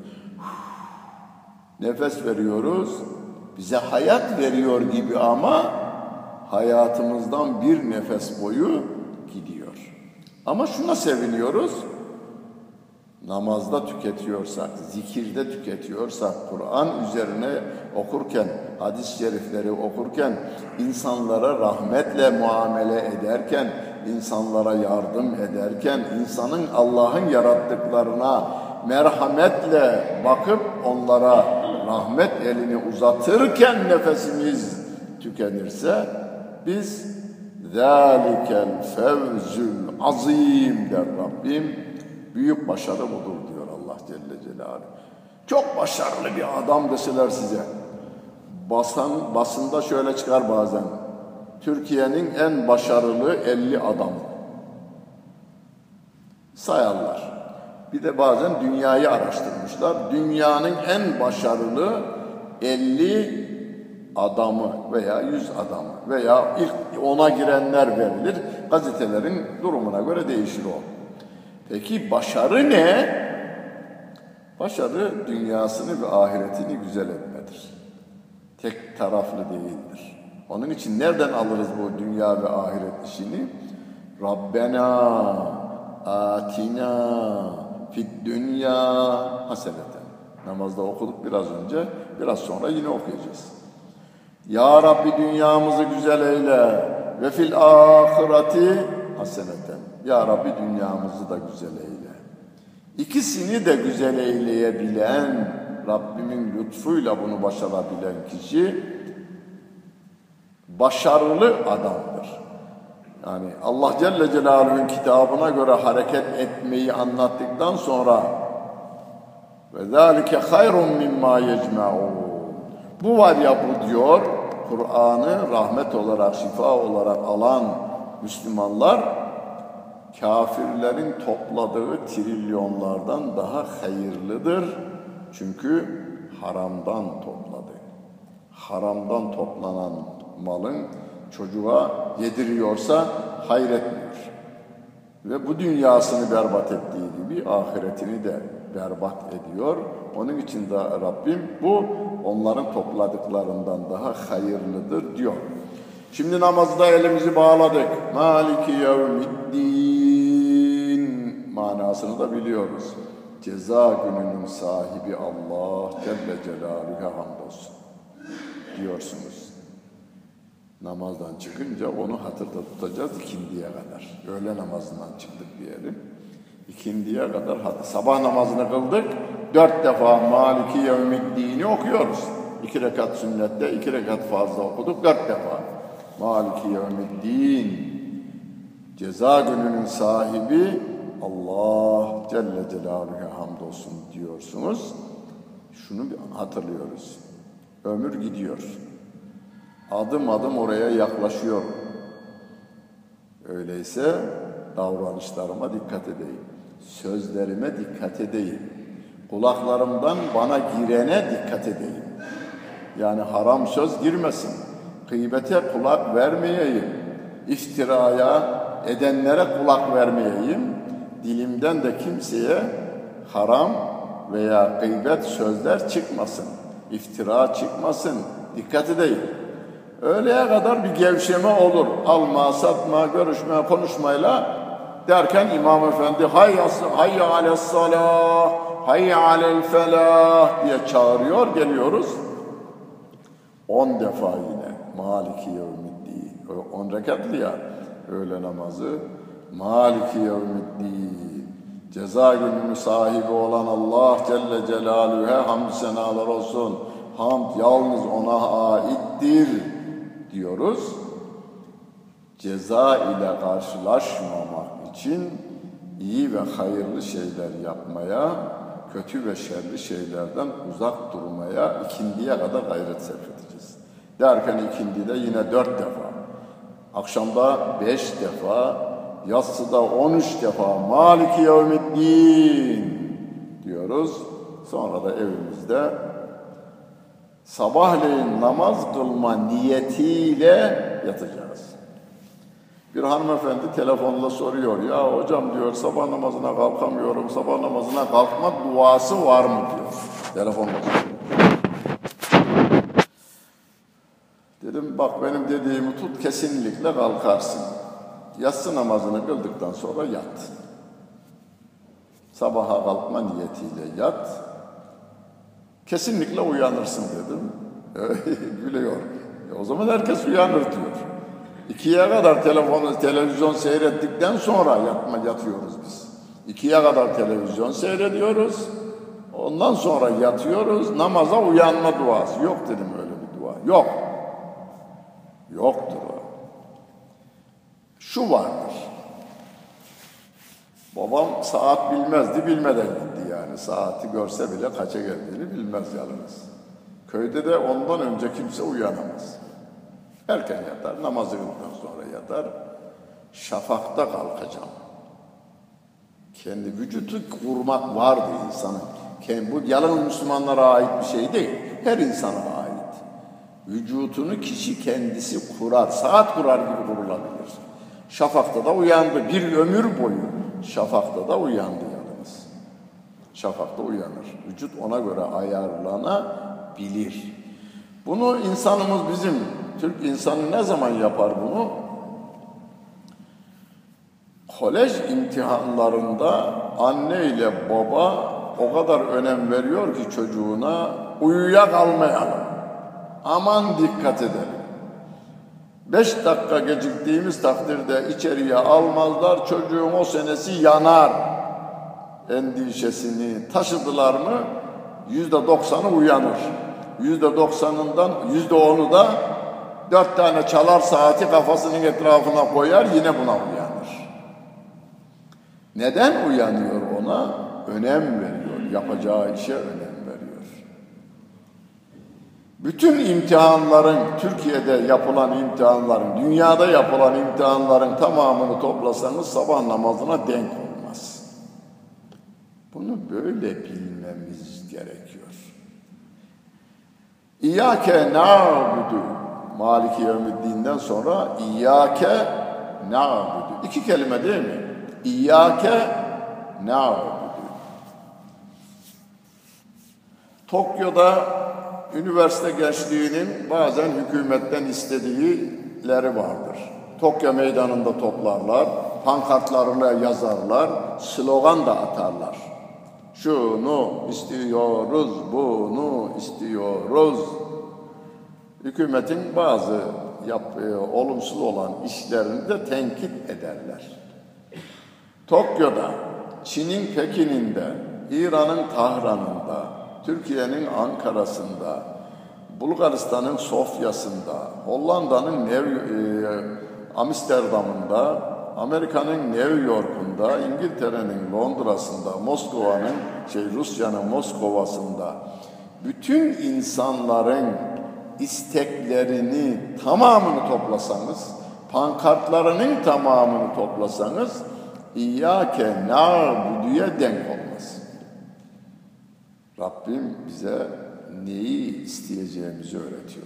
Nefes veriyoruz, bize hayat veriyor gibi ama hayatımızdan bir nefes boyu gidiyor. Ama şuna seviniyoruz, namazda tüketiyorsak, zikirde tüketiyorsak, Kur'an üzerine okurken, hadis-i şerifleri okurken, insanlara rahmetle muamele ederken, insanlara yardım ederken, insanın Allah'ın yarattıklarına merhametle bakıp onlara rahmet elini uzatırken nefesimiz tükenirse, biz ذَٰلِكَ الْفَوْزُ الْعَظِيمِ der Rabbim. Büyük başarı budur diyor Allah Celle Celaluhu. Çok başarılı bir adam deseler size. Basan, basında şöyle çıkar bazen. Türkiye'nin en başarılı elli adamı. Sayarlar. Bir de bazen dünyayı araştırmışlar. Dünyanın en başarılı elli adamı veya yüz adamı veya ilk ona girenler verilir. Gazetelerin durumuna göre değişir o. Peki başarı ne? Başarı dünyasını ve ahiretini güzel etmedir. Tek taraflı değildir. Onun için nereden alırız bu dünya ve ahiret işini? Rabbena atina fid dünya haseneten. Namazda okuduk biraz önce, biraz sonra yine okuyacağız. Ya Rabbi dünyamızı güzel eyle ve fil ahireti haseneten. Ya Rabbi dünyamızı da güzel eyle. İkisini de güzel eyleyebilen, Rabbimin lütfuyla bunu başarabilen kişi başarılı adamdır. Yani Allah Celle Celaluhu'nun kitabına göre hareket etmeyi anlattıktan sonra ve zâlike hayrun mimmâ yecme'ûn. Bu var ya bu diyor, Kur'an'ı rahmet olarak, şifa olarak alan Müslümanlar, kafirlerin topladığı trilyonlardan daha hayırlıdır. Çünkü haramdan topladı. Haramdan toplanan malın çocuğa yediriyorsa hayretmiyor. Ve bu dünyasını berbat ettiği gibi ahiretini de berbat ediyor. Onun için de Rabbim bu onların topladıklarından daha hayırlıdır diyor. Şimdi namazda elimizi bağladık. Maliki yevmiddin manasını da biliyoruz. Ceza gününün sahibi Allah Celle Celaluhu'ya hamdolsun diyorsunuz. Namazdan çıkınca onu hatırda tutacağız ikindiye kadar. Öğle namazından çıktık diyelim. İkindiye kadar hadi. Sabah namazını kıldık. Dört defa Maliki Yevmiddin'i okuyoruz. İki rekat sünnette, iki rekat fazla okuduk. Dört defa. Maliki Yevmiddin. Ceza gününün sahibi Allah Celle Celaluhu'ya hamdolsun diyorsunuz. Şunu bir hatırlıyoruz. Ömür gidiyor. Adım adım oraya yaklaşıyor. Öyleyse davranışlarıma dikkat edeyim. Sözlerime dikkat edeyim. Kulaklarımdan bana girene dikkat edeyim. Yani haram söz girmesin. Gıybete kulak vermeyeyim. İftiraya edenlere kulak vermeyeyim. Dilimden de kimseye haram veya gıybet sözler çıkmasın. İftira çıkmasın. Dikkat edeyim. Öğleye kadar bir gevşeme olur. Alma, satma, görüşme, konuşmayla derken İmam Efendi hayya hayya aleyhissalah, hayya alel felah diye çağırıyor, geliyoruz. On defa yine Maliki Yevmiddin. On rekatlı ya öğle namazı. Maliki Yevmiddin. Ceza gününün sahibi olan Allah Celle Celaluhu'ya hamd senalar olsun. Hamd yalnız ona aittir diyoruz. Ceza ile karşılaşmamak için iyi ve hayırlı şeyler yapmaya, kötü ve şerli şeylerden uzak durmaya ikindiye kadar gayret sarf edeceğiz. Derken ikindide yine dört defa, akşamda beş defa, yatsıda on üç defa Maliki Yevmiddin diyoruz. Sonra da evimizde sabahleyin namaz kılma niyetiyle yatacağız. Bir hanımefendi telefonla soruyor. Ya hocam diyor sabah namazına kalkamıyorum. Sabah namazına kalkma duası var mı diyor. Telefonla soruyor. Dedim bak benim dediğimi tut kesinlikle kalkarsın. Yatsı namazını kıldıktan sonra yat. Sabaha kalkma niyetiyle yat. Kesinlikle uyanırsın dedim. Gülüyor. E o zaman herkes uyanır diyor. İkiye kadar telefonu, televizyon seyrettikten sonra yatma yatıyoruz biz. İkiye kadar televizyon seyrediyoruz. Ondan sonra yatıyoruz. Namaza uyanma duası. Yok dedim öyle bir dua. Yok. Yoktur o. Şu vardır. Babam saat bilmezdi, bilmeden gitti yani. Saati görse bile kaça geldiğini bilmez yalnız. Köyde de ondan önce kimse uyanamaz. Erken yatar, namazı kıldıktan sonra yatar. Şafakta kalkacağım. Kendi vücudu kurmak vardı insanın. Bu yalnız Müslümanlara ait bir şey değil. Her insana ait. Vücudunu kişi kendisi kurar. Saat kurar gibi kurulabilir. Şafakta da uyandı. Bir ömür boyu şafakta da uyandı yalnız. Şafakta uyanır. Vücut ona göre ayarlanabilir. Bunu insanımız bizim, Türk insanı ne zaman yapar bunu? Kolej imtihanlarında anne ile baba o kadar önem veriyor ki çocuğuna uyuyakalmayalım. Aman dikkat edelim. Beş dakika geciktiğimiz takdirde içeriye almazlar, çocuğun o senesi yanar endişesini taşıdılar mı yüzde doksanı uyanır. Yüzde doksanından yüzde onu da Dört tane çalar saati kafasının etrafına koyar, yine buna uyanır. Neden uyanıyor ona? Önem veriyor, yapacağı işe önem veriyor. Bütün imtihanların, Türkiye'de yapılan imtihanların, dünyada yapılan imtihanların tamamını toplasanız sabah namazına denk olmaz. Bunu böyle bilmemiz gerekiyor. İyyâke na'budu, Maliki Yevmiddin'den sonra İyyâke na'budu. İki kelime değil mi? İyyâke na'budu. Tokyo'da üniversite gençliğinin bazen hükümetten istedikleri vardır. Tokyo meydanında toplarlar, pankartlarına yazarlar, slogan da atarlar. Şunu istiyoruz, bunu istiyoruz. Hükümetin bazı yap, e, olumsuz olan işlerini de tenkit ederler. Tokyo'da, Çin'in Pekin'inde, İran'ın Tahran'ında, Türkiye'nin Ankara'sında, Bulgaristan'ın Sofya'sında, Hollanda'nın New, e, Amsterdam'ında, Amerika'nın New York'unda, İngiltere'nin Londra'sında, Moskova'nın, şey Rusya'nın Moskova'sında bütün insanların isteklerini tamamını toplasanız, pankartlarının tamamını toplasanız İyyâke na'budu'ya denk olmaz. Rabbim bize neyi isteyeceğimizi öğretiyor.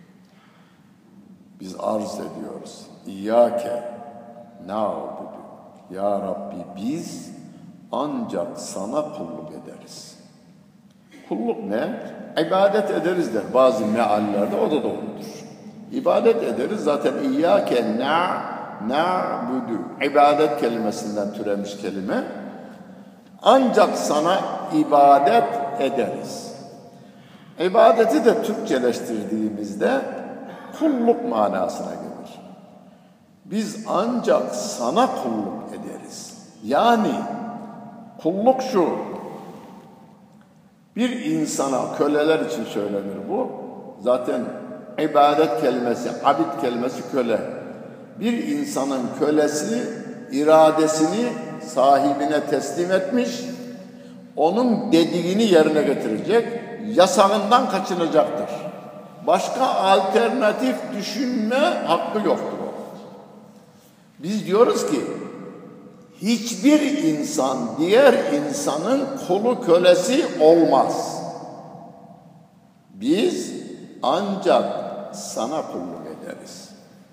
Biz arz ediyoruz. İyyâke na'budu. Ya Rabbi biz ancak sana kulluk ederiz. Kulluk ne? İbadet ederiz der. Bazı meallerde o da doğrudur. İbadet ederiz. Zaten İyyâke na na'budu. İbadet kelimesinden türemiş kelime. Ancak sana ibadet ederiz. İbadeti de Türkçeleştirdiğimizde kulluk manasına gelir. Biz ancak sana kulluk ederiz. Yani kulluk şu, bir insana, köleler için söylenir bu. Zaten ibadet kelimesi, abid kelimesi köle. Bir insanın kölesi iradesini sahibine teslim etmiş, onun dediğini yerine getirecek, yasağından kaçınacaktır. Başka alternatif düşünme hakkı yoktur o. Biz diyoruz ki, hiçbir insan diğer insanın kulu kölesi olmaz. Biz ancak sana kulluk ederiz.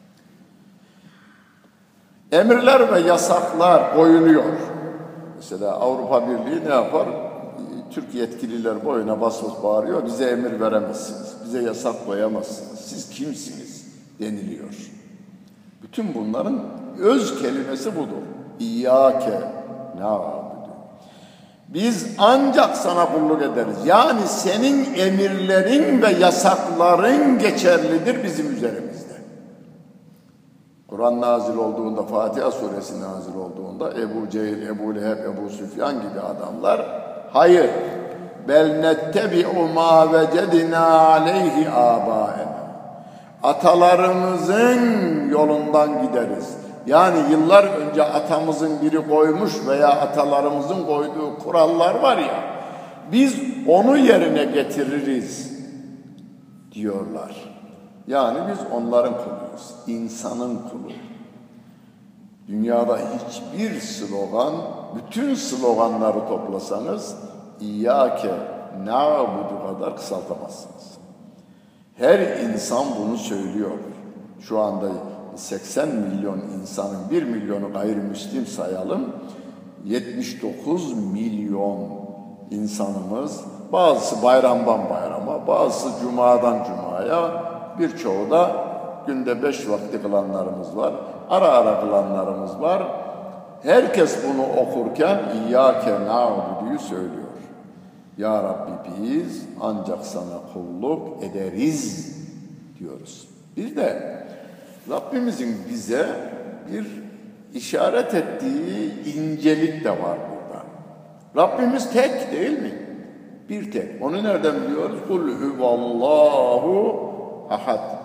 Emirler ve yasaklar koyuluyor. Mesela Avrupa Birliği ne yapar? Türk yetkililer boyuna bas bas bağırıyor. Bize emir veremezsiniz. Bize yasak koyamazsınız. Siz kimsiniz? Deniliyor. Bütün bunların öz kelimesi budur. İyyâke na'budu. Biz ancak sana kulluk ederiz. Yani senin emirlerin ve yasakların geçerlidir bizim üzerimizde. Kur'an nazil olduğunda, Fatiha suresi nazil olduğunda Ebu Cehil, Ebu Leheb, Ebu Süfyan gibi adamlar hayır. Bel nettebi'u mâ vecedinâ aleyhi âbâena. Atalarımızın yolundan gideriz. Yani yıllar önce atamızın biri koymuş veya atalarımızın koyduğu kurallar var ya, biz onu yerine getiririz diyorlar. Yani biz onların kuluyuz, insanın kulu. Dünyada hiçbir slogan, bütün sloganları toplasanız İyyâke na'budu kadar kısaltamazsınız. Her insan bunu söylüyor. Şu anda seksen milyon insanın bir milyonu gayrimüslim sayalım. yetmiş dokuz milyon insanımız, bazısı bayramdan bayrama, bazısı cumadan cumaya, birçoğu da günde beş vakti kılanlarımız var. Ara ara kılanlarımız var. Herkes bunu okurken İyyâke na'budu'yu söylüyor. Ya Rabbi biz ancak sana kulluk ederiz diyoruz. Bir de Rabbimizin bize bir işaret ettiği incelik de var burada. Rabbimiz tek değil mi? Bir tek. Onu nereden biliyoruz? Kul huvallahu ahad.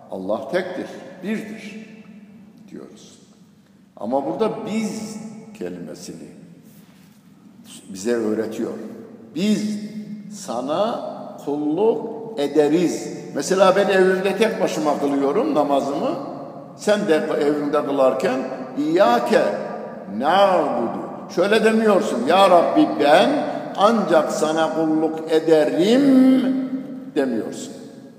Allah tektir, birdir diyoruz. Ama burada biz kelimesini bize öğretiyor. Biz sana kulluk ederiz. Mesela ben evimde tek başıma kılıyorum namazımı. Sen de evinde kılarken İyyâke na'budu. Şöyle demiyorsun. Ya Rabbi ben ancak sana kulluk ederim demiyorsun.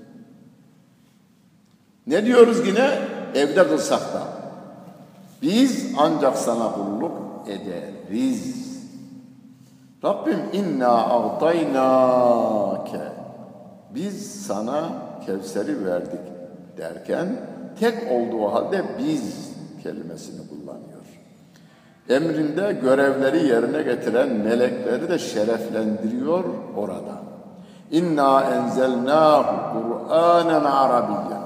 Ne diyoruz yine? Evde kılsak da. Biz ancak sana kulluk ederiz. Rabbim inna a'taynâke. Biz sana Kevser'i verdik derken tek olduğu halde biz kelimesini kullanıyor. Emrinde görevleri yerine getiren melekleri de şereflendiriyor orada. İnna enzelnâhu Kur'ânen Arabiyyen.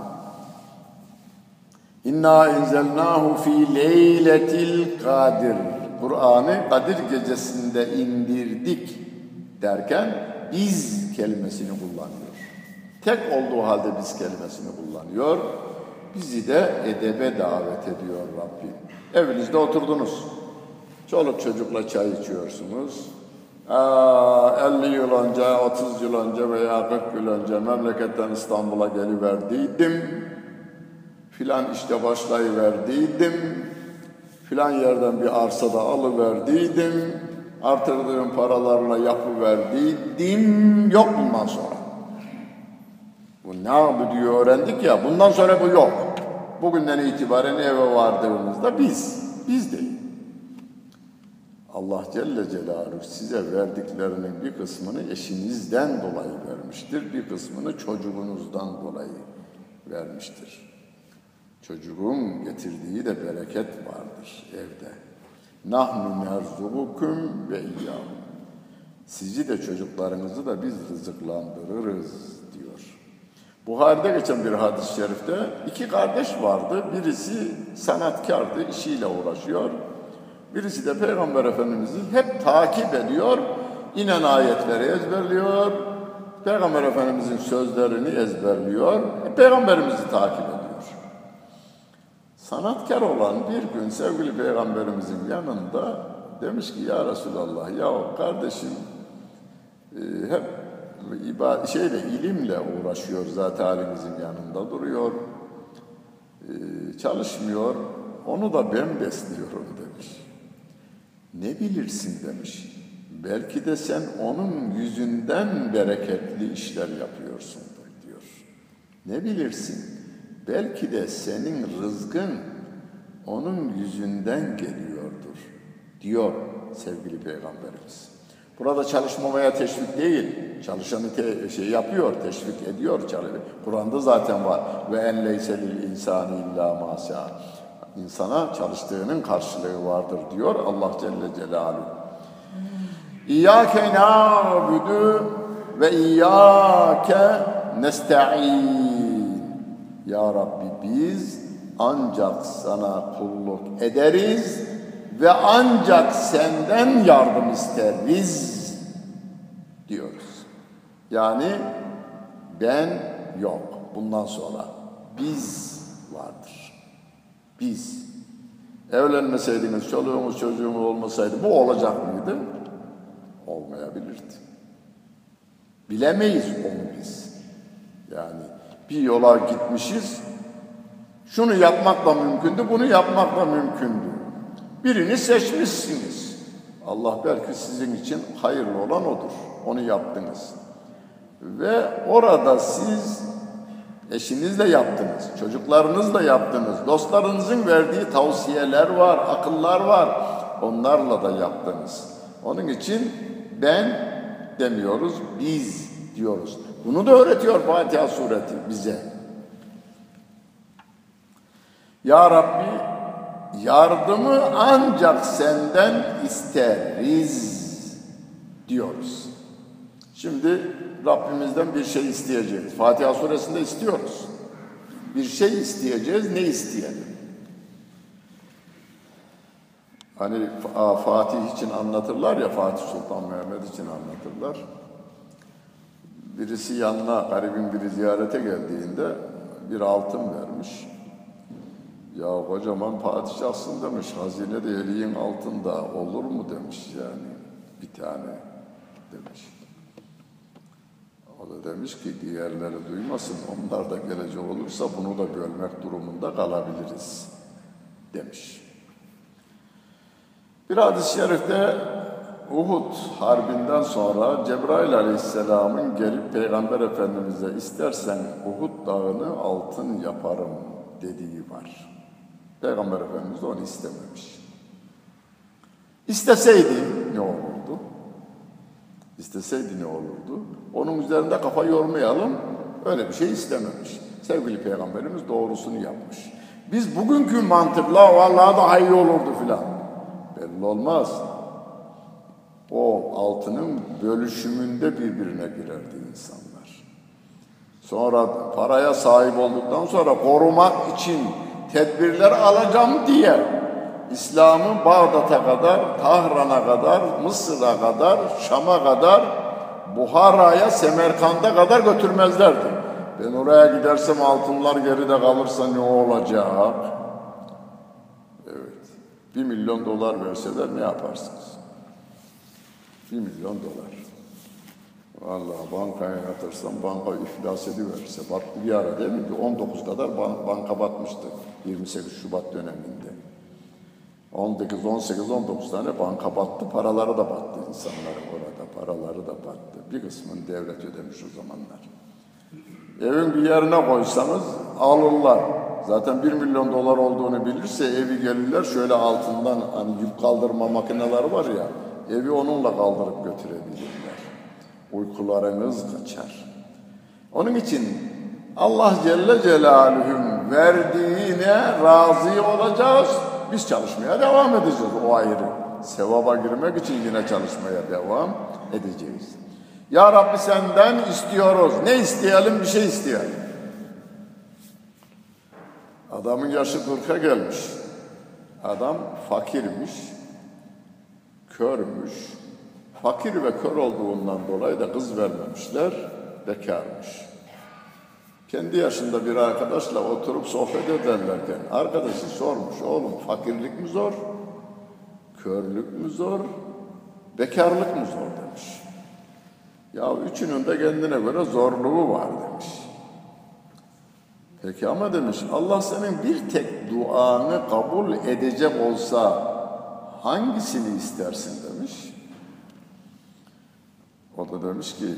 İnna enzelnâhu fî leyletil kadir. Kur'an'ı Kadir gecesinde indirdik derken biz kelimesini kullanıyor. Tek olduğu halde biz kelimesini kullanıyor. Bizi de edebe davet ediyor Rabbim. Evinizde oturdunuz. Çoluk çocukla çay içiyorsunuz. elli yıl önce, otuz yıl önce veya kırk yıl önce memleketten İstanbul'a geliverdiydim. Filan işte başlayıverdiydim. Filan yerden bir arsada alıverdiydim. Artırdığım paralarla yapıverdiydim. Yok bundan sonra. Bu ne yapıyor öğrendik ya. Bundan sonra bu yok. Bugünden itibaren eve vardığımızda biz. Biz değil. Allah Celle Celaluhu size verdiklerinin bir kısmını eşinizden dolayı vermiştir. Bir kısmını çocuğunuzdan dolayı vermiştir. Çocuğun getirdiği de bereket vardır evde. Nahnu nerzukukum ve iyyahum. Sizi de çocuklarınızı da biz rızıklandırırız diyor. Buhari'de geçen bir hadis-i şerifte iki kardeş vardı. Birisi sanatkardı, işiyle uğraşıyor. Birisi de Peygamber Efendimiz'i hep takip ediyor. İnen ayetleri ezberliyor. Peygamber Efendimiz'in sözlerini ezberliyor. Peygamberimizi takip ediyor. Sanatkar olan bir gün sevgili Peygamberimizin yanında demiş ki ya Resulallah ya kardeşim e, hep ibadet, şeyle ilimle uğraşıyor zaten halimizin yanında duruyor. E, çalışmıyor. Onu da ben besliyorum demiş. Ne bilirsin demiş. Belki de sen onun yüzünden bereketli işler yapıyorsundur diyor. Ne bilirsin? Belki de senin rızkın onun yüzünden geliyordur diyor sevgili Peygamberimiz. Burada çalışmamaya teşvik değil, çalışanı te- şey yapıyor, teşvik ediyor. Kur'an'da zaten var. Ve en leyse lil insani illa ma sa'a. İnsana çalıştığının karşılığı vardır diyor Allah Celle Celaluhu. İyyâke na'budu ve iyyâke nesta'in. Ya Rabbi biz ancak sana kulluk ederiz ve ancak senden yardım isteriz diyoruz. Yani ben yok. Bundan sonra biz vardır. Biz. Evlenmeseydiniz, çoluğumuz çocuğumuz olmasaydı bu olacak mıydı? Olmayabilirdi. Bilemeyiz onu biz. Yani bir yola gitmişiz, şunu yapmakla mümkündü, bunu yapmakla mümkündü. Birini seçmişsiniz. Allah belki sizin için hayırlı olan odur. Onu yaptınız. Ve orada siz eşinizle yaptınız, çocuklarınızla yaptınız, dostlarınızın verdiği tavsiyeler var, akıllar var. Onlarla da yaptınız. Onun için ben demiyoruz, biz diyoruz. Bunu da öğretiyor Fatiha suresi bize. Ya Rabbi yardımı ancak senden isteriz diyoruz. Şimdi Rabbimizden bir şey isteyeceğiz. Fatiha suresinde istiyoruz. Bir şey isteyeceğiz, ne isteyelim? Hani Fatih için anlatırlar ya, Fatih Sultan Mehmet için anlatırlar. Birisi yanına, garibin biri ziyarete geldiğinde bir altın vermiş. Ya kocaman padişahsın demiş, hazinede eliğin altında olur mu demiş yani bir tane demiş. O da demiş ki diğerleri duymasın, onlar da gelecek olursa bunu da bölmek durumunda kalabiliriz demiş. Bir hadis-i şerifte Uhud Harbi'nden sonra Cebrail Aleyhisselam'ın gelip Peygamber Efendimiz'e istersen Uhud dağını altın yaparım dediği var. Peygamber Efendimiz de onu istememiş. İsteseydi ne olurdu? İsteseydi ne olurdu? Onun üzerinde kafa yormayalım, öyle bir şey istememiş. Sevgili Peygamberimiz doğrusunu yapmış. Biz bugünkü mantıkla vallahi daha iyi olurdu filan. Belli olmaz. O altının bölüşümünde birbirine girerdi insanlar. Sonra paraya sahip olduktan sonra korumak için tedbirler alacağım diye İslam'ı Bağdat'a kadar, Tahran'a kadar, Mısır'a kadar, Şam'a kadar, Buhara'ya, Semerkant'a kadar götürmezlerdi. Ben oraya gidersem altınlar geride kalırsa ne olacak? Evet. Bir milyon dolar verseler ne yaparsınız? Bir milyon dolar. Vallahi bankaya yatırsam banka iflas ediverirse. Battı bir ara değil mi? on dokuz kadar banka batmıştı. yirmi sekiz Şubat döneminde. on sekiz, on sekiz, on dokuz tane banka battı. Paraları da battı insanların orada. Paraları da battı. Bir kısmını devlet ödemiş o zamanlar. Evin bir yerine koysanız alırlar. Zaten bir milyon dolar olduğunu bilirse evi gelirler şöyle altından hani yük kaldırma makineleri var ya, evi onunla kaldırıp götürebilirler. Uykularınız kaçar. Onun için Allah Celle Celaluhu'nun verdiğine razı olacağız. Biz çalışmaya devam edeceğiz, o ayrı. Sevaba girmek için yine çalışmaya devam edeceğiz. Ya Rabbi senden istiyoruz. Ne isteyelim? Bir şey isteyelim. Adamın yaşı kırka gelmiş. Adam fakirmiş, körmüş. Fakir ve kör olduğundan dolayı da kız vermemişler, bekarmış. Kendi yaşında bir arkadaşla oturup sohbet ederlerken arkadaşı sormuş, oğlum fakirlik mi zor, körlük mü zor, bekarlık mı zor demiş. Ya üçünün de kendine göre zorluğu var demiş. Peki ama demiş, Allah senin bir tek duanı kabul edecek olsa hangisini istersin demiş. O da demiş ki,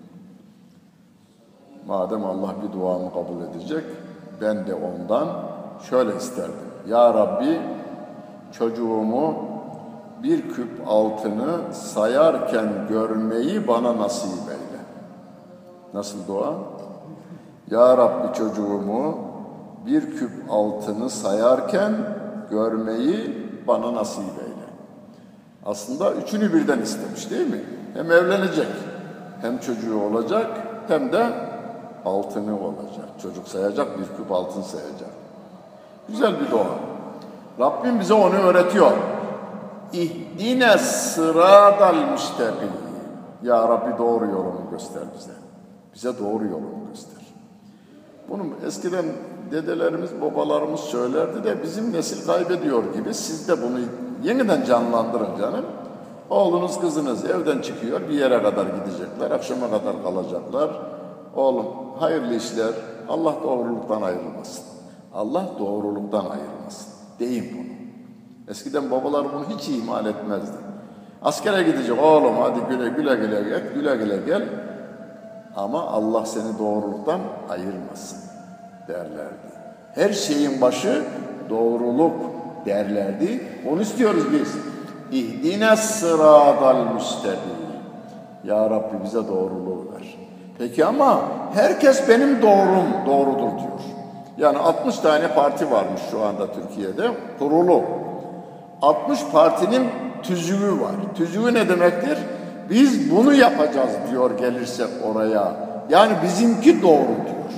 madem Allah bir duamı kabul edecek, ben de ondan şöyle isterdim. Ya Rabbi, çocuğumu bir küp altını sayarken görmeyi bana nasip eyle. Nasıl dua? Ya Rabbi, çocuğumu bir küp altını sayarken görmeyi bana nasip eyle. Aslında üçünü birden istemiş değil mi? Hem evlenecek, hem çocuğu olacak, hem de altını olacak. Çocuk sayacak, bir küp altın sayacak. Güzel bir dua. Rabbim bize onu öğretiyor. İhdine sıradal müstakim. Ya Rabbi doğru yolunu göster bize. Bize doğru yolunu göster. Bunu eskiden dedelerimiz, babalarımız söylerdi de bizim nesil kaybediyor gibi. Siz de bunu yeniden canlandırın canım. Oğlunuz, kızınız evden çıkıyor, bir yere kadar gidecekler, akşama kadar kalacaklar. Oğlum hayırlı işler, Allah doğruluktan ayrılmasın. Allah doğruluktan ayrılmasın. Deyin bunu. Eskiden babalar bunu hiç ihmal etmezdi. Askere gidecek, oğlum hadi güle güle güle gel, güle güle gel. Ama Allah seni doğruluktan ayırmasın derlerdi. Her şeyin başı doğruluk derlerdi. Onu istiyoruz biz. İhdine sıradal müstakim. Ya Rabbi bize doğruluğu ver. Peki ama herkes benim doğrum doğrudur diyor. Yani altmış tane parti varmış şu anda Türkiye'de kurulu. altmış partinin tüzüğü var. Tüzüğü ne demektir? Biz bunu yapacağız diyor gelirsek oraya. Yani bizimki doğru diyor.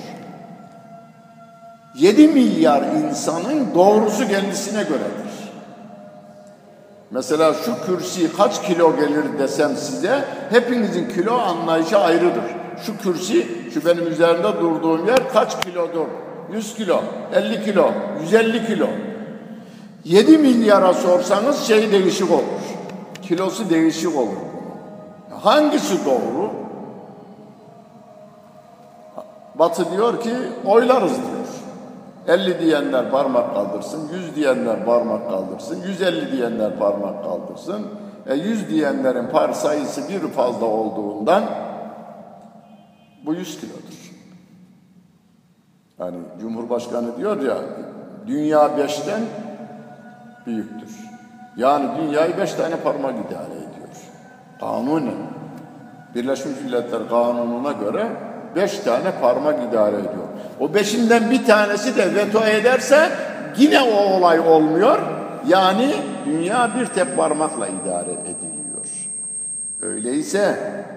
yedi milyar insanın doğrusu kendisine göredir. Mesela şu kürsi kaç kilo gelir desem size, hepinizin kilo anlayışı ayrıdır. Şu kürsi, şu benim üzerinde durduğum yer kaç kilodur yüz kilo, elli kilo, yüz elli kilo. yedi milyara sorsanız şey değişik olur. Kilosu değişik olur. Hangisi doğru? Batı diyor ki oylarız diyor. elli diyenler parmak kaldırsın, yüz diyenler parmak kaldırsın, yüz elli diyenler parmak kaldırsın. E yüz diyenlerin par sayısı bir fazla olduğundan bu yüz kilodur. Yani Cumhurbaşkanı diyor ya, dünya beşten büyüktür. Yani dünyayı beş tane parmak idare ediyor. Kanunen. Birleşmiş Milletler Kanunu'na göre beş tane parmak idare ediyor. O beşinden bir tanesi de veto ederse yine o olay olmuyor. Yani dünya bir tek parmakla idare ediliyor. Öyleyse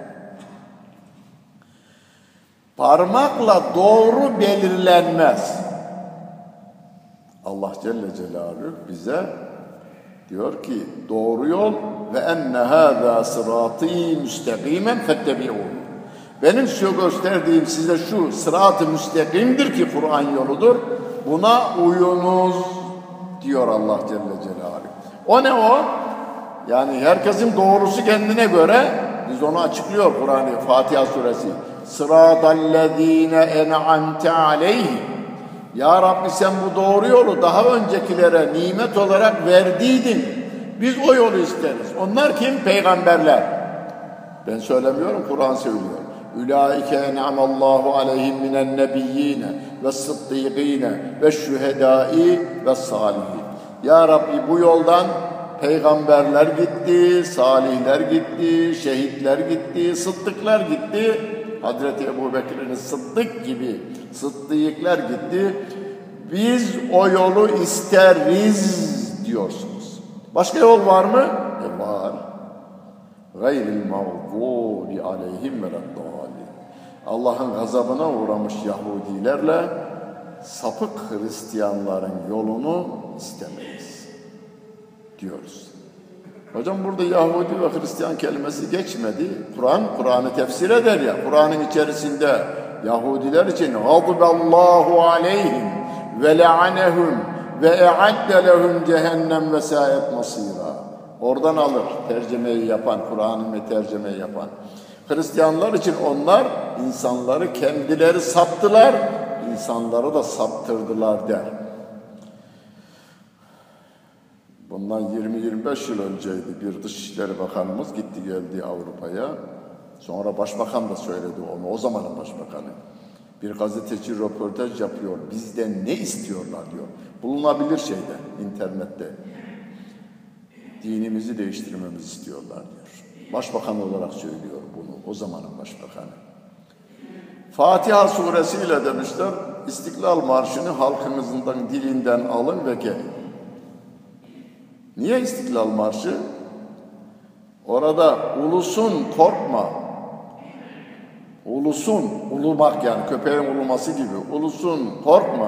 parmakla doğru belirlenmez. Allah Celle Celaluhu bize diyor ki doğru yol ve enne hâzâ sırâtî müstekîmen fettebi'ûn. Benim şu gösterdiğim size şu sırat-ı müstakimdir ki Kur'an yoludur. Buna uyunuz diyor Allah Celle Celaluhu. O ne o? Yani herkesin doğrusu kendine göre. Biz onu açıklıyor Kur'an-ı Fatiha suresi. Sıratallezîne en'amte aleyhim. Ya Rabbi sen bu doğru yolu daha öncekilere nimet olarak verdiydin. Biz o yolu isteriz. Onlar kim? Peygamberler. Ben söylemiyorum, Kur'an söylüyor. Ulaike en'amallahu aleyhim minen nebiyyine ve sıddîgîne ve şühedâi ve salihin. Ya Rabbi bu yoldan peygamberler gitti, salihler gitti, şehitler gitti, sıddıklar gitti. Hazreti Ebubekir'in Sıddık gibi sıddıklar gitti. Biz o yolu isteriz diyorsunuz. Başka yol var mı? E var. Gayril mağdubi aleyhim veleddâlin. Allah'ın gazabına uğramış Yahudilerle sapık Hristiyanların yolunu istemeyiz diyoruz. Hocam burada Yahudi ve Hristiyan kelimesi geçmedi. Kur'an, Kur'an'ı tefsir eder ya. Kur'an'ın içerisinde Yahudiler için "Gâdıballâhu aleyhim ve le'anehum ve e'adde lehum cehennem ve sâet masîrâ." Oradan alır tercümeyi yapan, Kur'an'ın ve tercümeyi yapan. Hristiyanlar için onlar insanları kendileri saptılar, insanları da saptırdılar der. Bundan yirmi yirmi beş yıl önceydi bir Dışişleri Bakanımız gitti geldi Avrupa'ya. Sonra Başbakan da söyledi onu, o zamanın Başbakanı. Bir gazeteci röportaj yapıyor, bizden ne istiyorlar diyor. Bulunabilir şeyde, internette. Dinimizi değiştirmemizi istiyorlar diyor. Başbakan olarak söylüyor bunu, o zamanın Başbakanı. Fatiha suresiyle demişler, İstiklal Marşı'nı halkımızdan dilinden alın ve gelin. Niye İstiklal Marşı? Orada ulusun korkma, ulusun, ulumak yani köpeğin uluması gibi, ulusun korkma.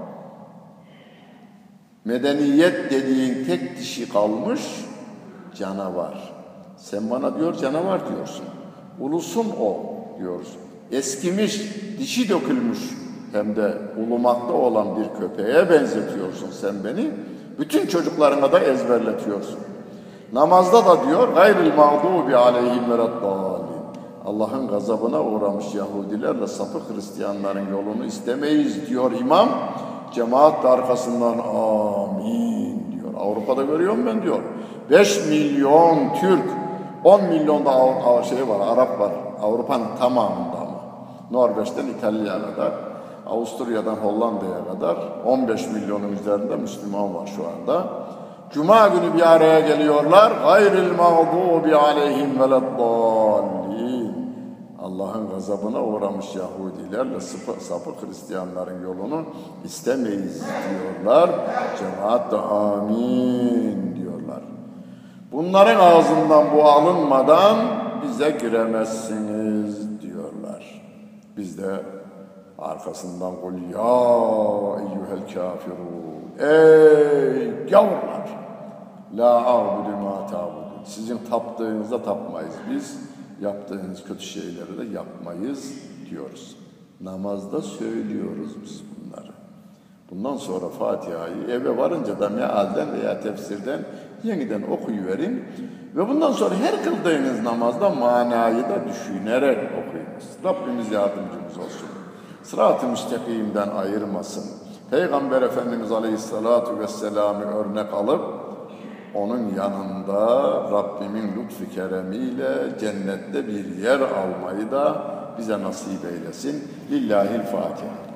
Medeniyet dediğin tek dişi kalmış canavar. Sen bana diyor canavar diyorsun. Ulusun o diyorsun. Eskimiş, dişi dökülmüş hem de ulumakta olan bir köpeğe benzetiyorsun sen beni. Bütün çocuklarına da ezberletiyorsun. Namazda da diyor gayril mağdubi aleyhim veleddâlin. Allah'ın gazabına uğramış Yahudilerle sapık Hristiyanların yolunu istemeyiz diyor imam. Cemaat de arkasından amin diyor. Avrupa'da görüyorum ben diyor. beş milyon Türk, on milyon da şey var, Arap var. Avrupa'nın tamamında ama. Norveç'ten İtalya'ya kadar, Avusturya'dan Hollanda'ya kadar on beş milyonun üzerinde Müslüman var şu anda. Cuma günü bir araya geliyorlar. Gayril mağdubi aleyhim veleddâlin. Allah'ın gazabına uğramış Yahudilerle sapık, sapık Hristiyanların yolunu istemeyiz diyorlar. Cemaat de amin diyorlar. Bunların ağzından bu alınmadan bize giremezsiniz diyorlar. Biz de arkasından kul ya eyyuhel kafirun. Ey gavurlar! La a'budu ma ta'budun. Sizin taptığınıza tapmayız biz. Yaptığınız kötü şeyleri de yapmayız diyoruz. Namazda söylüyoruz biz bunları. Bundan sonra Fatiha'yı eve varınca da mealden veya tefsirden yeniden okuyuverin. Ve bundan sonra her kıldığınız namazda manayı da düşünerek okuyunuz. Rabbimiz yardımcımız olsun. Sırat-ı müstakimden ayırmasın. Peygamber Efendimiz Aleyhisselatü Vesselam'ı örnek alıp onun yanında Rabbimin lütfu keremiyle cennette bir yer almayı da bize nasip eylesin. Lillahil Fatiha.